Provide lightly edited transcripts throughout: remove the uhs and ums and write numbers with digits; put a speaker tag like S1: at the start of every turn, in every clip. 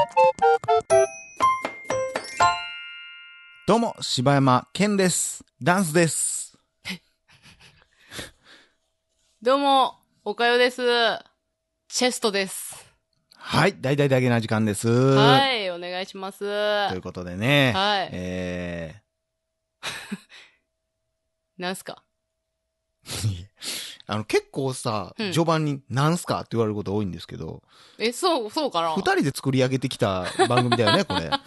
S1: どうも、柴山健です。ダンスです。
S2: どうも、おかよです。チェストです。
S1: はい、大々だけな時間です。
S2: はい、お願いします。
S1: ということでね。
S2: はい。なんすか
S1: 結構さ、
S2: うん
S1: 序盤になんすかって言われること多いんですけど。
S2: そうかな
S1: 二人で作り上げてきた番組だよね、これ。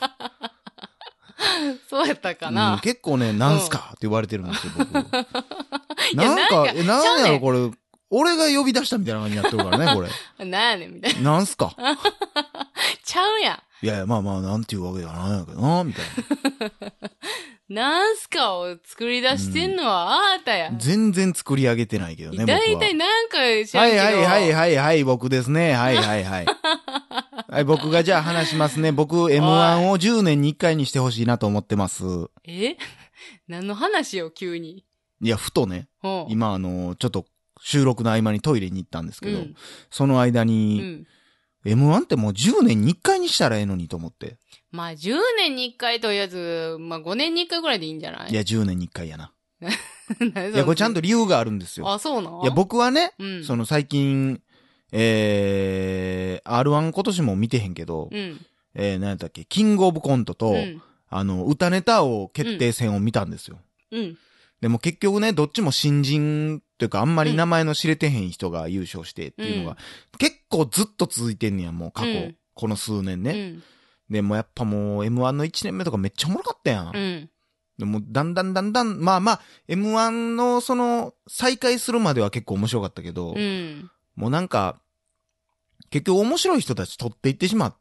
S2: そうやったかな、
S1: 結構ね、なんすかって言われてるんですよ、僕。
S2: なんか
S1: なんやろ、これ。俺が呼び出したみたいな感じになってるからね、これ。
S2: なんやねん、みたいな。
S1: なんすか
S2: ちゃうや
S1: いやいや、まあまあ、なんていうわけじゃないやけどな、みたいな。
S2: なんすかを作り出してんのはあーたや。
S1: 全然作り上げてないけどね、僕は。
S2: だいたいなんか知らん
S1: はい
S2: けど。
S1: はい、僕ですね。はい。はい、僕がじゃあ話しますね。僕、M1 を10年に1回にしてほしいなと思ってます。
S2: 何の話よ、急に。
S1: いや、ふとね、今ちょっと収録の合間にトイレに行ったんですけど、その間に、M1 ってもう10年に1回にしたらええのにと思って。
S2: まあ10年に1回とりあえず、まあ5年に1回ぐらいでいいんじゃない？
S1: いや、10年に1回やな。いや、これちゃんと理由があるんですよ。
S2: あ、そうなの？
S1: いや、僕はね、その最近、R1 今年も見てへんけど、何やったっけ、キングオブコントと、歌ネタを決定戦を見たんですよ。でも結局ね、どっちも新人というかあんまり名前の知れてへん人が優勝してっていうのが、結構ずっと続いてんねや、もう過去、この数年ね。でもやっぱもう M1 の1年目とかめっちゃおもろかったやん。でもだんだん、まあ、M1 のその再開するまでは結構面白かったけど、もうなんか、結局面白い人たち取っていってしまって、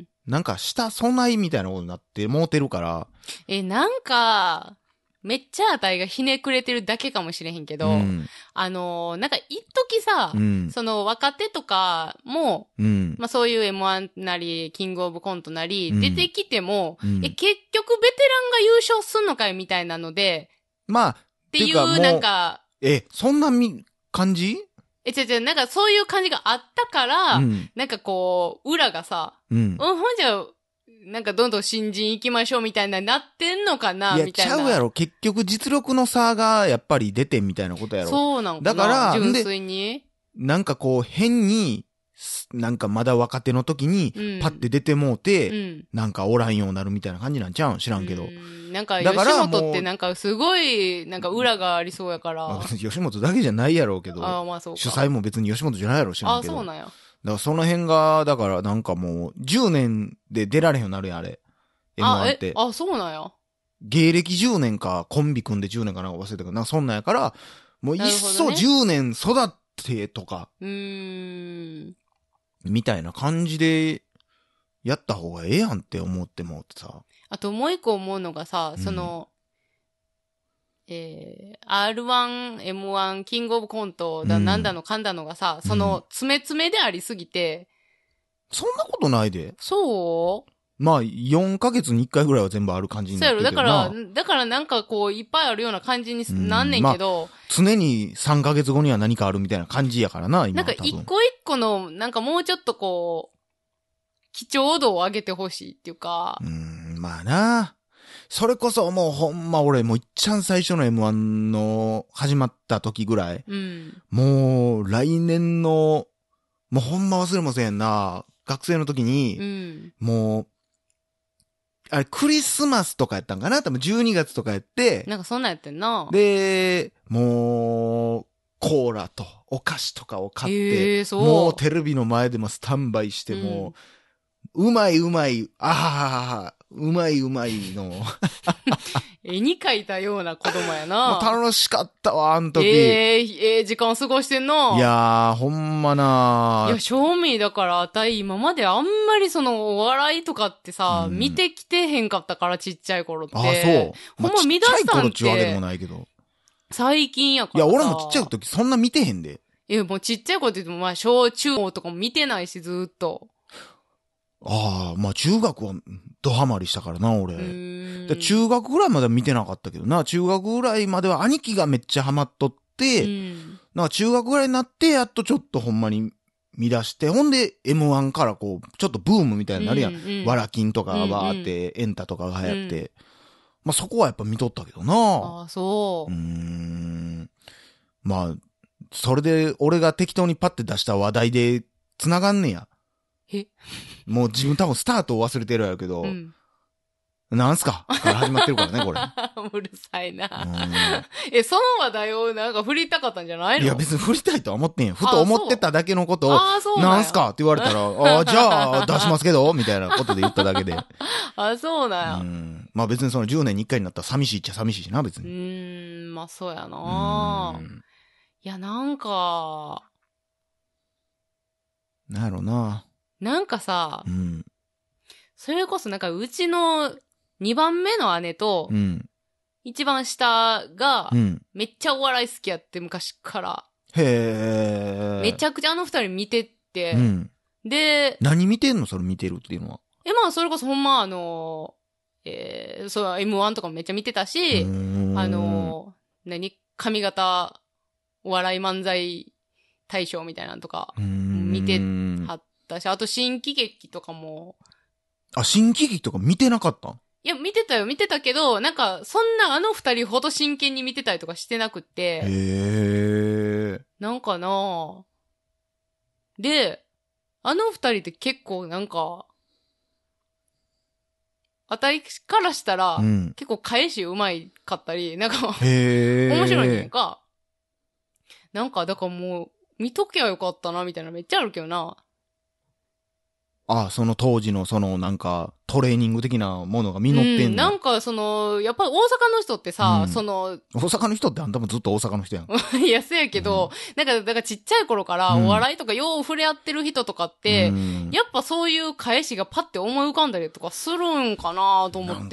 S1: なんか下備えみたいなことになってもうてるから。
S2: なんか、めっちゃあたいがひねくれてるだけかもしれへんけど、なんか一時さ、その若手とかも、まあそういう M1 なり、キングオブコントなり、出てきても、結局ベテランが優勝すんのかいみたいなので、
S1: まあ、
S2: っていうなんか、
S1: そんな感じ？
S2: なんかそういう感じがあったから、なんかこう、裏がさ、ほんじゃ、なんかどんどん新人行きましょうみたいななってんのかなみたいな。
S1: いや、ちゃうやろ。結局実力の差がやっぱり出てみたいなことやろ。
S2: そうなんかな。
S1: だから、
S2: 純粋に。
S1: なんかこう変に、なんかまだ若手の時に、パッて出てもうて、なんかおらんようになるみたいな感じなんちゃうん？知らんけど。
S2: なんか吉本ってなんかすごい、なんか裏がありそうやから。
S1: 吉本だけじゃないやろうけど。
S2: まあそうか。
S1: 主催も別に吉本じゃないやろ、知らんけど。
S2: そうなんや。
S1: だからその辺が、だからなんかもう、10年で出られへんようになるやん、あれ。M1 って。
S2: そうなんや。
S1: 芸歴10年か、コンビ組んで10年かなんか忘れたけど、なんかそんなんやから、もういっそ10年育ってとか。みたいな感じで、やった方がええやんって思ってもってさ。
S2: あともう一個思うのがさ、その、R1、M1、キングオブコントだ、なんだのかんだのがさ、その、詰めでありすぎて。
S1: そんなことないで。
S2: そう
S1: まあ、4ヶ月に1回ぐらいは全部ある感じになってるけどな。
S2: そうやろ、だからなんかこう、いっぱいあるような感じになんねんけど、
S1: 常に3ヶ月後には何かあるみたいな感じやからな、今。
S2: なんか一個一個の、なんかもうちょっとこう、貴重度を上げてほしいっていうか。
S1: まあな。それこそもうほんま俺もういっちゃん最初の M1 の始まった時ぐらい。もう来年の、もうほんま忘れもせんな。学生の時に、もう、あれクリスマスとかやったんかな多分12月とかやって。
S2: なんかそんなんやってんな。
S1: で、もう、コーラとお菓子とかを買って、もうテレビの前でもスタンバイしても、うまい、うまいの。
S2: 絵に描いたような子供やな。
S1: 楽しかったわ、あの時。
S2: 時間過ごしてんな。
S1: いやー、ほんまなー。
S2: いや、正味だから、あたい今まであんまりその、お笑いとかってさ、見てきてへんかったから、ちっちゃい頃って。
S1: そう。
S2: ほんま見出したんって。
S1: ちっちゃい頃っちゅうわけでもないけど。
S2: 最近やから
S1: さ。いや、俺もちっちゃい時そんな見てへんで。
S2: もうちっちゃい頃って言っても、まあ、小中高とかも見てないし、ずーっと。
S1: まあ中学はドハマりしたからな、俺。で中学ぐらいまでは見てなかったけどな、中学ぐらいまでは兄貴がめっちゃハマっとって、なんか中学ぐらいになって、やっとちょっとほんまに見出して、ほんで M1 からこう、ちょっとブームみたいになるやん。わらきんとかがバーって、エンタとかが流行って。まあそこはやっぱ見とったけどな。
S2: ああ、そう。
S1: まあ、それで俺が適当にパッて出した話題で繋がんねや。もう自分多分スタートを忘れてるやろけど、なんすかから始まってるからね、これ。
S2: うるさいな。その話題をなんか振りたかったんじゃないの？
S1: いや、別に振りたいとは思ってんよ。ふと思ってただけのことを、なんすかって言われたら、じゃあ出しますけどみたいなことで言っただけで。
S2: あ、そうなん
S1: や。まあ別にその10年に1回になったら寂しいっちゃ寂しいしな、別
S2: に。まあそうやな。いや、なんか、
S1: なんやろな。
S2: なんかさ、それこそなんかうちの2番目の姉と、一番下が、めっちゃお笑い好きやって、昔から。
S1: へー。
S2: めちゃくちゃあの二人見てって、で、
S1: 何見てんのそれ見てるっていうのは。
S2: まあ、それこそほんまそう、M1 とかもめっちゃ見てたし、髪型、お笑い漫才大賞みたいなのとか、見てはったし、あと新喜劇とかも。
S1: あ、新喜劇とか見てなかった？
S2: いや、見てたけど、なんか、そんなあの二人ほど真剣に見てたりとかしてなくって。なんかなで、あの二人って結構なんか、あたりからしたら、結構返しうまいかったり、なんか、面白いねんか。なんか、だからもう、見とけばよかったな、みたいなめっちゃあるけどな。
S1: あ、その当時のなんか、トレーニング的なものが実ってんの。
S2: なんかやっぱり大阪の人ってさ、大
S1: 阪の人ってあんたもずっと大阪の人やん。
S2: いや、そうやけど、だからちっちゃい頃からお笑いとかよう触れ合ってる人とかって、やっぱそういう返しがパッて思い浮かんだりとかするんかなと思って。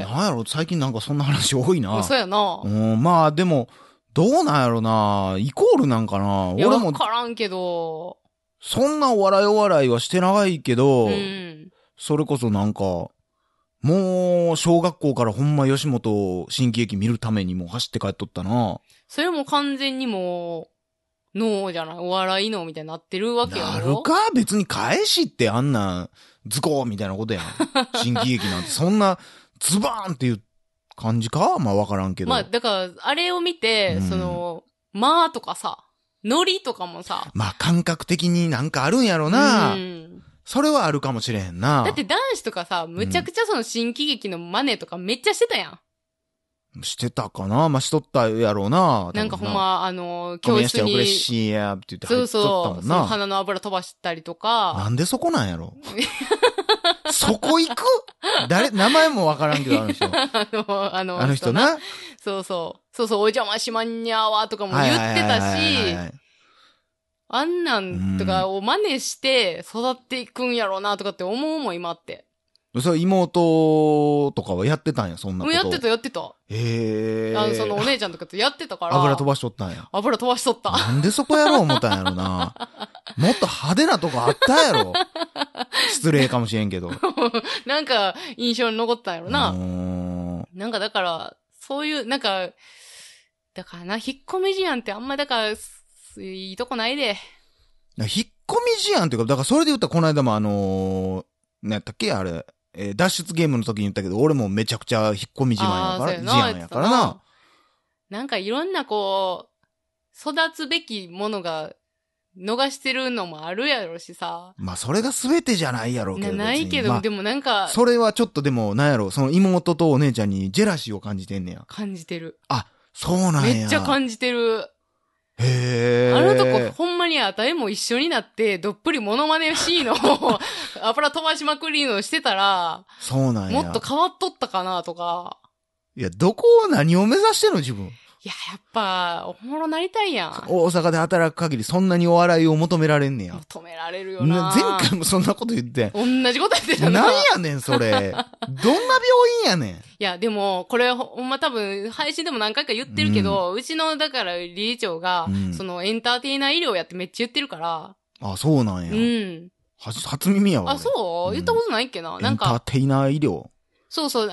S1: なんやろ、最近なんかそんな話多いな。
S2: そうやな。
S1: まあでも、どうなんやろな、イコールなんかな。
S2: 俺も。わからんけど。
S1: そんなお笑いはしてないけど、それこそなんか、もう、小学校からほんま吉本新喜劇見るためにも走って帰っとったな。
S2: それも完全にもう、脳じゃない、お笑い脳みたいになってるわけやろ。
S1: なるか別に返しってあんな、ズコーみたいなことやん。新喜劇なんて、そんな、ズバーンっていう感じかまあわからんけど。
S2: まあ、だから、あれを見て、まあとかさ、ノリとかもさ。
S1: まあ感覚的になんかあるんやろな。それはあるかもしれへんな。
S2: だって男子とかさ、むちゃくちゃその新喜劇のマネとかめっちゃしてたや
S1: ん。してたかなまあしとったやろうな。
S2: なんかほんま、教室に。
S1: ごめん嬉しいや、って言って入っとったもんな。
S2: そう、鼻の油飛ばしたりとか。
S1: なんでそこなんやろそこ行く名前もわからんけど、あの人。あの人な。
S2: そう、お邪魔しまんにゃわとかも言ってたし、あんなんとかを真似して育っていくんやろうなとかって思うもん、今って。
S1: それ妹とかはやってたんや、そんなこと。
S2: やってた。
S1: へ
S2: ー。そのお姉ちゃんとかとやってたから。
S1: 油飛ばしとったんや。
S2: 油飛ばしとった。
S1: なんでそこやろう思ったんやろな。もっと派手なとこあったやろ。失礼かもしれんけど。
S2: なんか、印象に残ったんやろな。なんかだから、そういう、なんか、だからな、引っ込み思案ってあんまだから、いいとこないで。
S1: 引っ込み思案っていうか、だからそれで言ったらこの間も何やったっけあれ。脱出ゲームの時に言ったけど、俺もめちゃくちゃ引っ込み自慢やから、自案やからな。
S2: なんかいろんなこう、育つべきものが逃してるのもあるやろしさ。
S1: まあそれが全てじゃないやろうけど。
S2: ないけど、まあ、でもなんか。
S1: それはちょっとでも、なんやろ、その妹とお姉ちゃんにジェラシーを感じてんねや。
S2: 感じてる。
S1: あ、そうなんや。
S2: めっちゃ感じてる。
S1: へー。
S2: あのとこ、ほんまにあたりも一緒になって、どっぷりモノマネシーンを油飛ばしまくりのしてたら、
S1: そうなんや。
S2: もっと変わっとったかなとか。
S1: いや、何を目指してんの自分。
S2: いや、やっぱ、おもろなりたいやん。
S1: 大阪で働く限りそんなにお笑いを求められんねや。
S2: 求められるよな。
S1: 前回もそんなこと言って。
S2: 同じこと言ってたな。
S1: なんやねん、それ。どんな病院やねん。
S2: いや、でも、これほんま多分、配信でも何回か言ってるけど、うちの、だから理事長が、そのエンターテイナー医療やってめっちゃ言ってるから。
S1: あ、そうなんや。初耳やわ。
S2: あ、そう、言ったことないっけな。なんか。
S1: エンターテイナー医療。
S2: そう、こ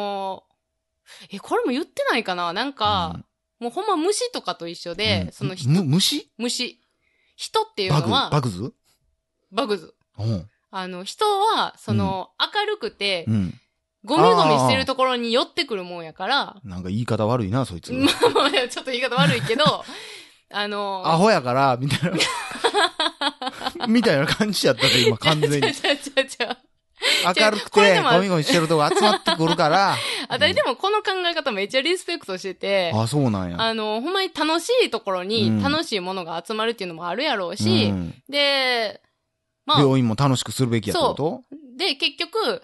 S2: れも言ってないかな。なんか、もうほんま虫とかと一緒で、その
S1: 虫
S2: 人っていうのは、
S1: バグズ
S2: バグズ。
S1: うん。
S2: 人は、明るくて、ゴミゴミしてるところに寄ってくるもんやから。
S1: なんか言い方悪いな、そいつ。
S2: まあ、ちょっと言い方悪いけど、
S1: アホやから、みたいな。みたいな感じやったで、今、完全に。明るくて、ゴミゴミしてるとこ集まってくるから。
S2: 私でもこの考え方めっちゃリスペクトしてて。
S1: あ、そうなんや。
S2: ほんまに楽しいところに楽しいものが集まるっていうのもあるやろうし、で、
S1: まあ。病院も楽しくするべきやってこと？
S2: そう。で、結局、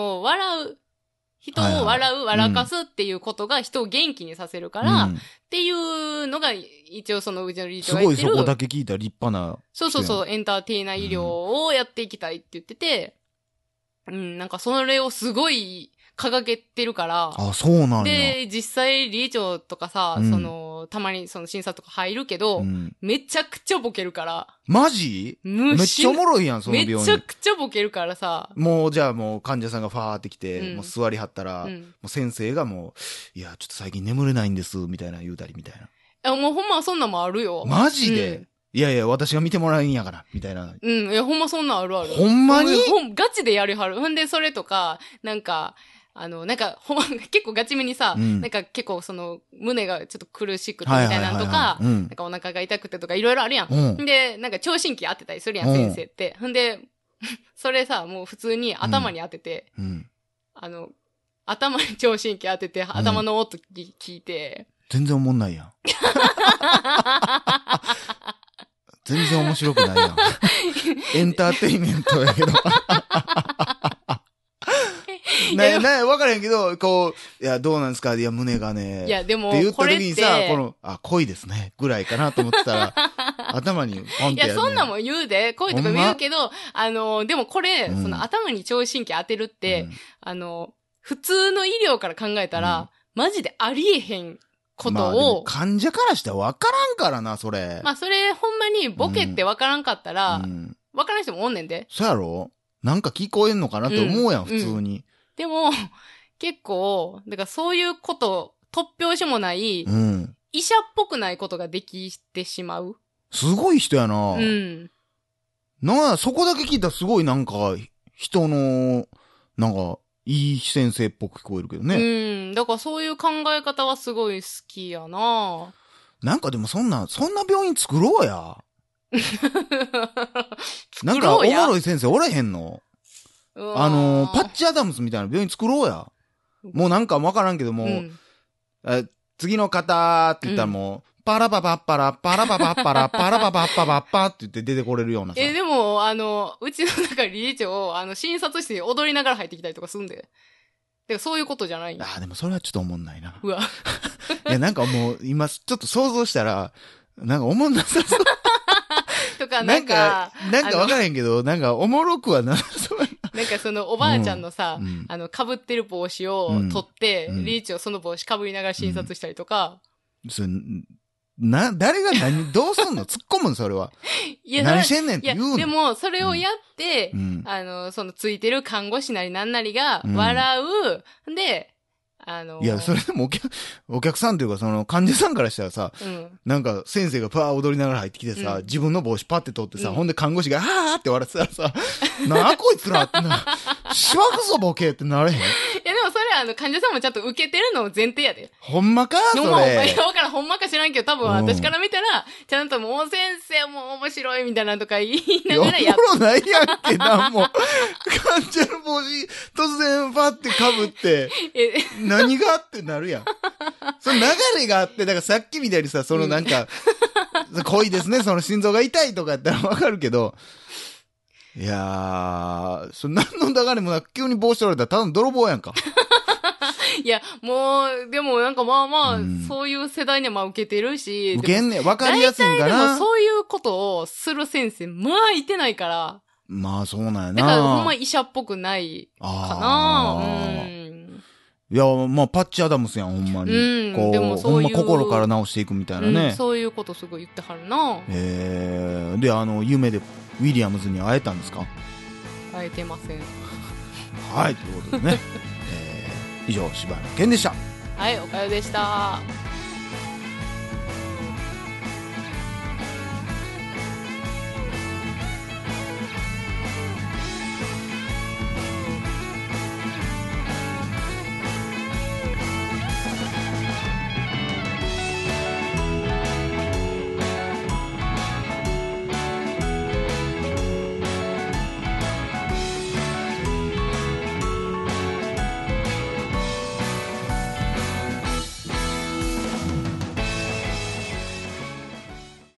S2: 人を笑かすっていうことが人を元気にさせるから、っていうのが、一応うちの理事長が言ってる。
S1: すごいそこだけ聞いたら立派な。
S2: そう、エンターテイナー医療をやっていきたいって言ってて、なんかそれをすごい掲げてるから。
S1: あ、そうなんや。
S2: で、実際理事長とかさ、たまに診察とか入るけど、めちゃくちゃボケるから。
S1: マジ？めっちゃおもろいやん、その病院。
S2: めちゃくちゃボケるからさ。
S1: もう、じゃあもう患者さんがファーって来て、もう座りはったら、もう先生がもう、いや、ちょっと最近眠れないんです、みたいな言うたりみたいな。
S2: もうほんまそんなんもあるよ。
S1: マジで？いやいや、私が見てもらうんやから、みたいな。
S2: いや、ほんまそんなんあるある。
S1: ほんまに？
S2: ガチでやりはる。ほんで、それとか、なんか、ほんま、結構ガチめにさ、なんか結構胸がちょっと苦しくてみたいなのとか、なんかお腹が痛くてとかいろいろあるやん。で、なんか聴診器当てたりするやん、先生って。ほんで、それさ、もう普通に頭に当てて、頭に聴診器当てて、頭の音聞いて。
S1: 全然おもんないやん。全然面白くないやん。エンターテイメントやけど。わからへんけど、いや、どうなんですか？いや、胸がね。
S2: いや、でも、
S1: って言った時にさ、恋ですね。ぐらいかなと思ってたら、頭にポンってやる、ね。
S2: いや、そんなもん言うで、恋とか言うけど、でもこれ、頭に聴診器当てるって、普通の医療から考えたら、マジでありえへんことを。
S1: 患者からしては分からんからな、それ。
S2: それ、ほんまにボケって分からんかったら、分からん人もおんねんで。
S1: そうやろ？なんか聞こえんのかなって思うやん、普通に。
S2: でも、結構、だからそういうこと、突拍子もない、医者っぽくないことができてしまう。
S1: すごい人やな。そこだけ聞いたらすごいなんか、人の、なんか、いい先生っぽく聞こえるけどね。
S2: だからそういう考え方はすごい好きやな。
S1: なんかでもそんな病院作ろうや。なんかおもろい先生おれへんの？パッチアダムスみたいな病院作ろうや。もうなんかわからんけども、次の方って言ったらもう、パラパパッパラ、パラパパッパラ、パラパパッパパッパって言って出てこれるようなさ。
S2: でも、うちの中理事長、診察室に踊りながら入ってきたりとかすんで。でそういうことじゃない。
S1: でもそれはちょっと思んないな。
S2: うわ。
S1: いや、なんかもう、今、ちょっと想像したら、なんか思んなさそう。
S2: とか、なんか
S1: わからへんけど、なんかおもろくはなさそう。
S2: なんかおばあちゃんのさ、被ってる帽子を取って、理事長その帽子被りながら診察したりとか。
S1: 誰がどうすんの？突っ込むのそれは。何してんねんって言うの？
S2: でも、それをやって、ついてる看護師なりなんなりが笑う。で、
S1: いや、それでもお客さんっていうか、患者さんからしたらさ、なんか先生がパー踊りながら入ってきてさ、自分の帽子パって取ってさ、ほんで看護師が、はーって笑ってたらさ、なあこいつらってしわくぞボケってなれへん？いや、
S2: でもそれ患者さんもちゃんと受けてるの前提やで。
S1: ほんまかそれ。
S2: いや、わからん、ほんまか知らんけど、多分私から見たら、ちゃんともう先生も面白いみたいなとか言いながらやって。
S1: おもろないやんけ、なんも。患者の帽子、突然パって被って、何がってなるやん。その流れがあって、だからさっきみたいにさ、なんか、濃いですね、心臓が痛いとかやったらわかるけど、いやー、何の流れもなく急に帽子取られたらただの泥棒やんか。
S2: いや、もう、でもなんかそういう世代には受けてるし。
S1: 受けんねん、わかりやすいんかな。
S2: でもそういうことをする先生、いてないから。
S1: そうなんやな。
S2: だからほんま医者っぽくないかな。
S1: いや、パッチアダムスやん、ほんまに。でもほんま心から直していくみたいなね。
S2: そういうことすごい言ってはるな。
S1: で、夢でウィリアムズに会えたんですか？
S2: 会えてません。
S1: はい、ということでね。以上、柴山健でした。
S2: はい、おかよでした。